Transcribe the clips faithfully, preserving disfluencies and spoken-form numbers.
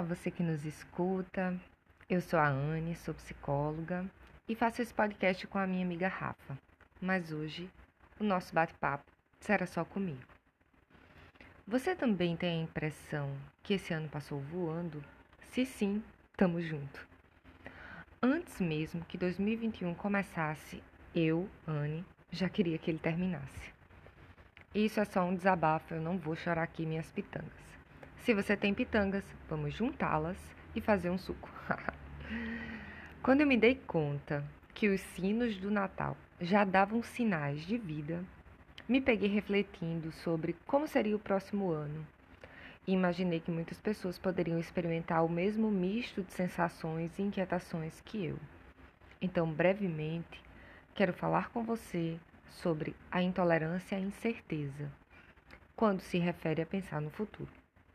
você que nos escuta. Eu sou a Anne, sou psicóloga e faço esse podcast com a minha amiga Rafa. Mas hoje o nosso bate-papo será só comigo. Você também tem a impressão que esse ano passou voando? Se sim, tamo junto. Antes mesmo que dois mil e vinte e um começasse, eu, Anne, já queria que ele terminasse. Isso é só um desabafo, eu não vou chorar aqui minhas pitangas. Se você tem pitangas, vamos juntá-las e fazer um suco. Quando eu me dei conta que os sinos do Natal já davam sinais de vida, me peguei refletindo sobre como seria o próximo ano. E imaginei que muitas pessoas poderiam experimentar o mesmo misto de sensações e inquietações que eu. Então, brevemente, quero falar com você sobre a intolerância à incerteza, quando se refere a pensar no futuro.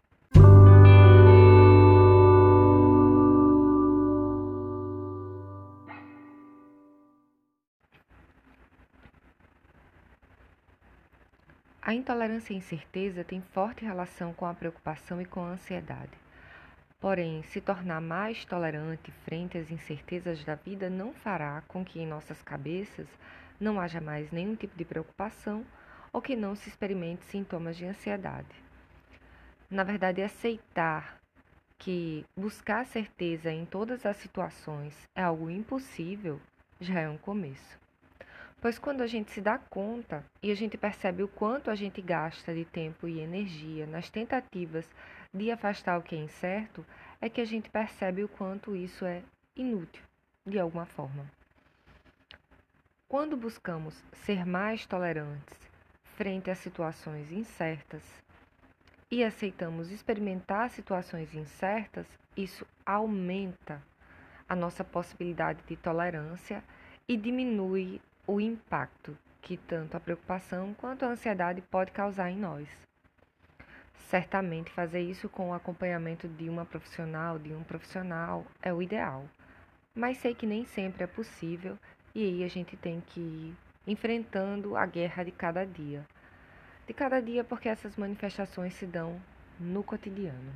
A intolerância à incerteza tem forte relação com a preocupação e com a ansiedade. Porém, se tornar mais tolerante frente às incertezas da vida não fará com que em nossas cabeças não haja mais nenhum tipo de preocupação ou que não se experimente sintomas de ansiedade. Na verdade, aceitar que buscar certeza em todas as situações é algo impossível já é um começo. Pois quando a gente se dá conta e a gente percebe o quanto a gente gasta de tempo e energia nas tentativas de afastar o que é incerto, é que a gente percebe o quanto isso é inútil, de alguma forma. Quando buscamos ser mais tolerantes frente a situações incertas e aceitamos experimentar situações incertas, isso aumenta a nossa possibilidade de tolerância e diminui o impacto que tanto a preocupação quanto a ansiedade pode causar em nós. Certamente fazer isso com o acompanhamento de uma profissional, de um profissional, é o ideal. Mas sei que nem sempre é possível e aí a gente tem que ir enfrentando a guerra de cada dia. De cada dia porque essas manifestações se dão no cotidiano.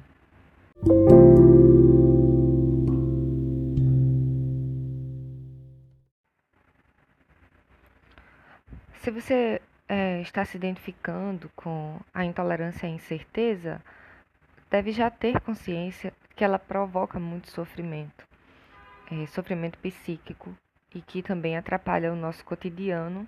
Se você é, está se identificando com a intolerância à incerteza, deve já ter consciência que ela provoca muito sofrimento, é, sofrimento psíquico, e que também atrapalha o nosso cotidiano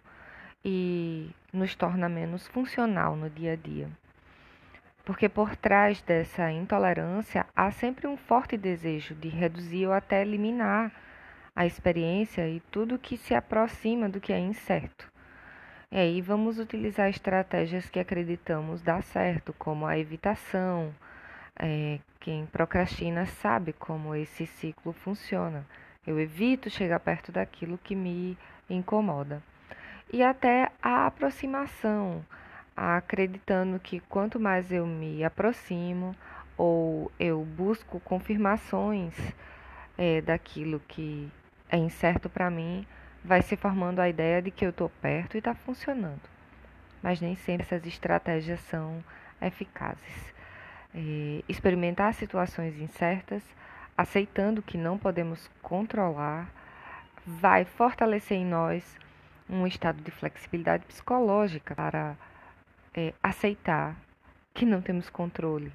e nos torna menos funcional no dia a dia. Porque por trás dessa intolerância há sempre um forte desejo de reduzir ou até eliminar a experiência e tudo que se aproxima do que é incerto. E aí vamos utilizar estratégias que acreditamos dar certo, como a evitação. É, quem procrastina sabe como esse ciclo funciona. Eu evito chegar perto daquilo que me incomoda. E até a aproximação, acreditando que quanto mais eu me aproximo ou eu busco confirmações é, daquilo que é incerto para mim, vai se formando a ideia de que eu estou perto e está funcionando. Mas nem sempre essas estratégias são eficazes. É, experimentar situações incertas, aceitando que não podemos controlar, vai fortalecer em nós um estado de flexibilidade psicológica para é, aceitar que não temos controle.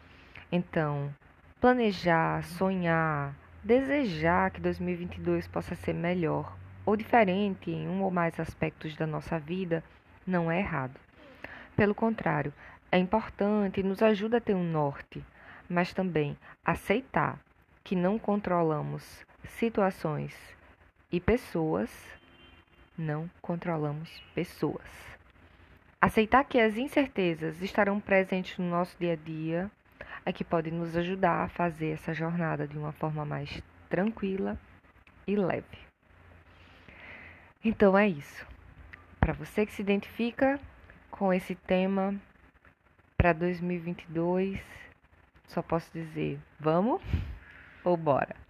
Então, planejar, sonhar, desejar que dois mil e vinte e dois possa ser melhor ou diferente em um ou mais aspectos da nossa vida não é errado. Pelo contrário, é importante e nos ajuda a ter um norte, mas também aceitar que não controlamos situações e pessoas, não controlamos pessoas. Aceitar que as incertezas estarão presentes no nosso dia a dia é que pode nos ajudar a fazer essa jornada de uma forma mais tranquila e leve. Então é isso. Para você que se identifica com esse tema para dois mil e vinte e dois, só posso dizer, vamos ou bora?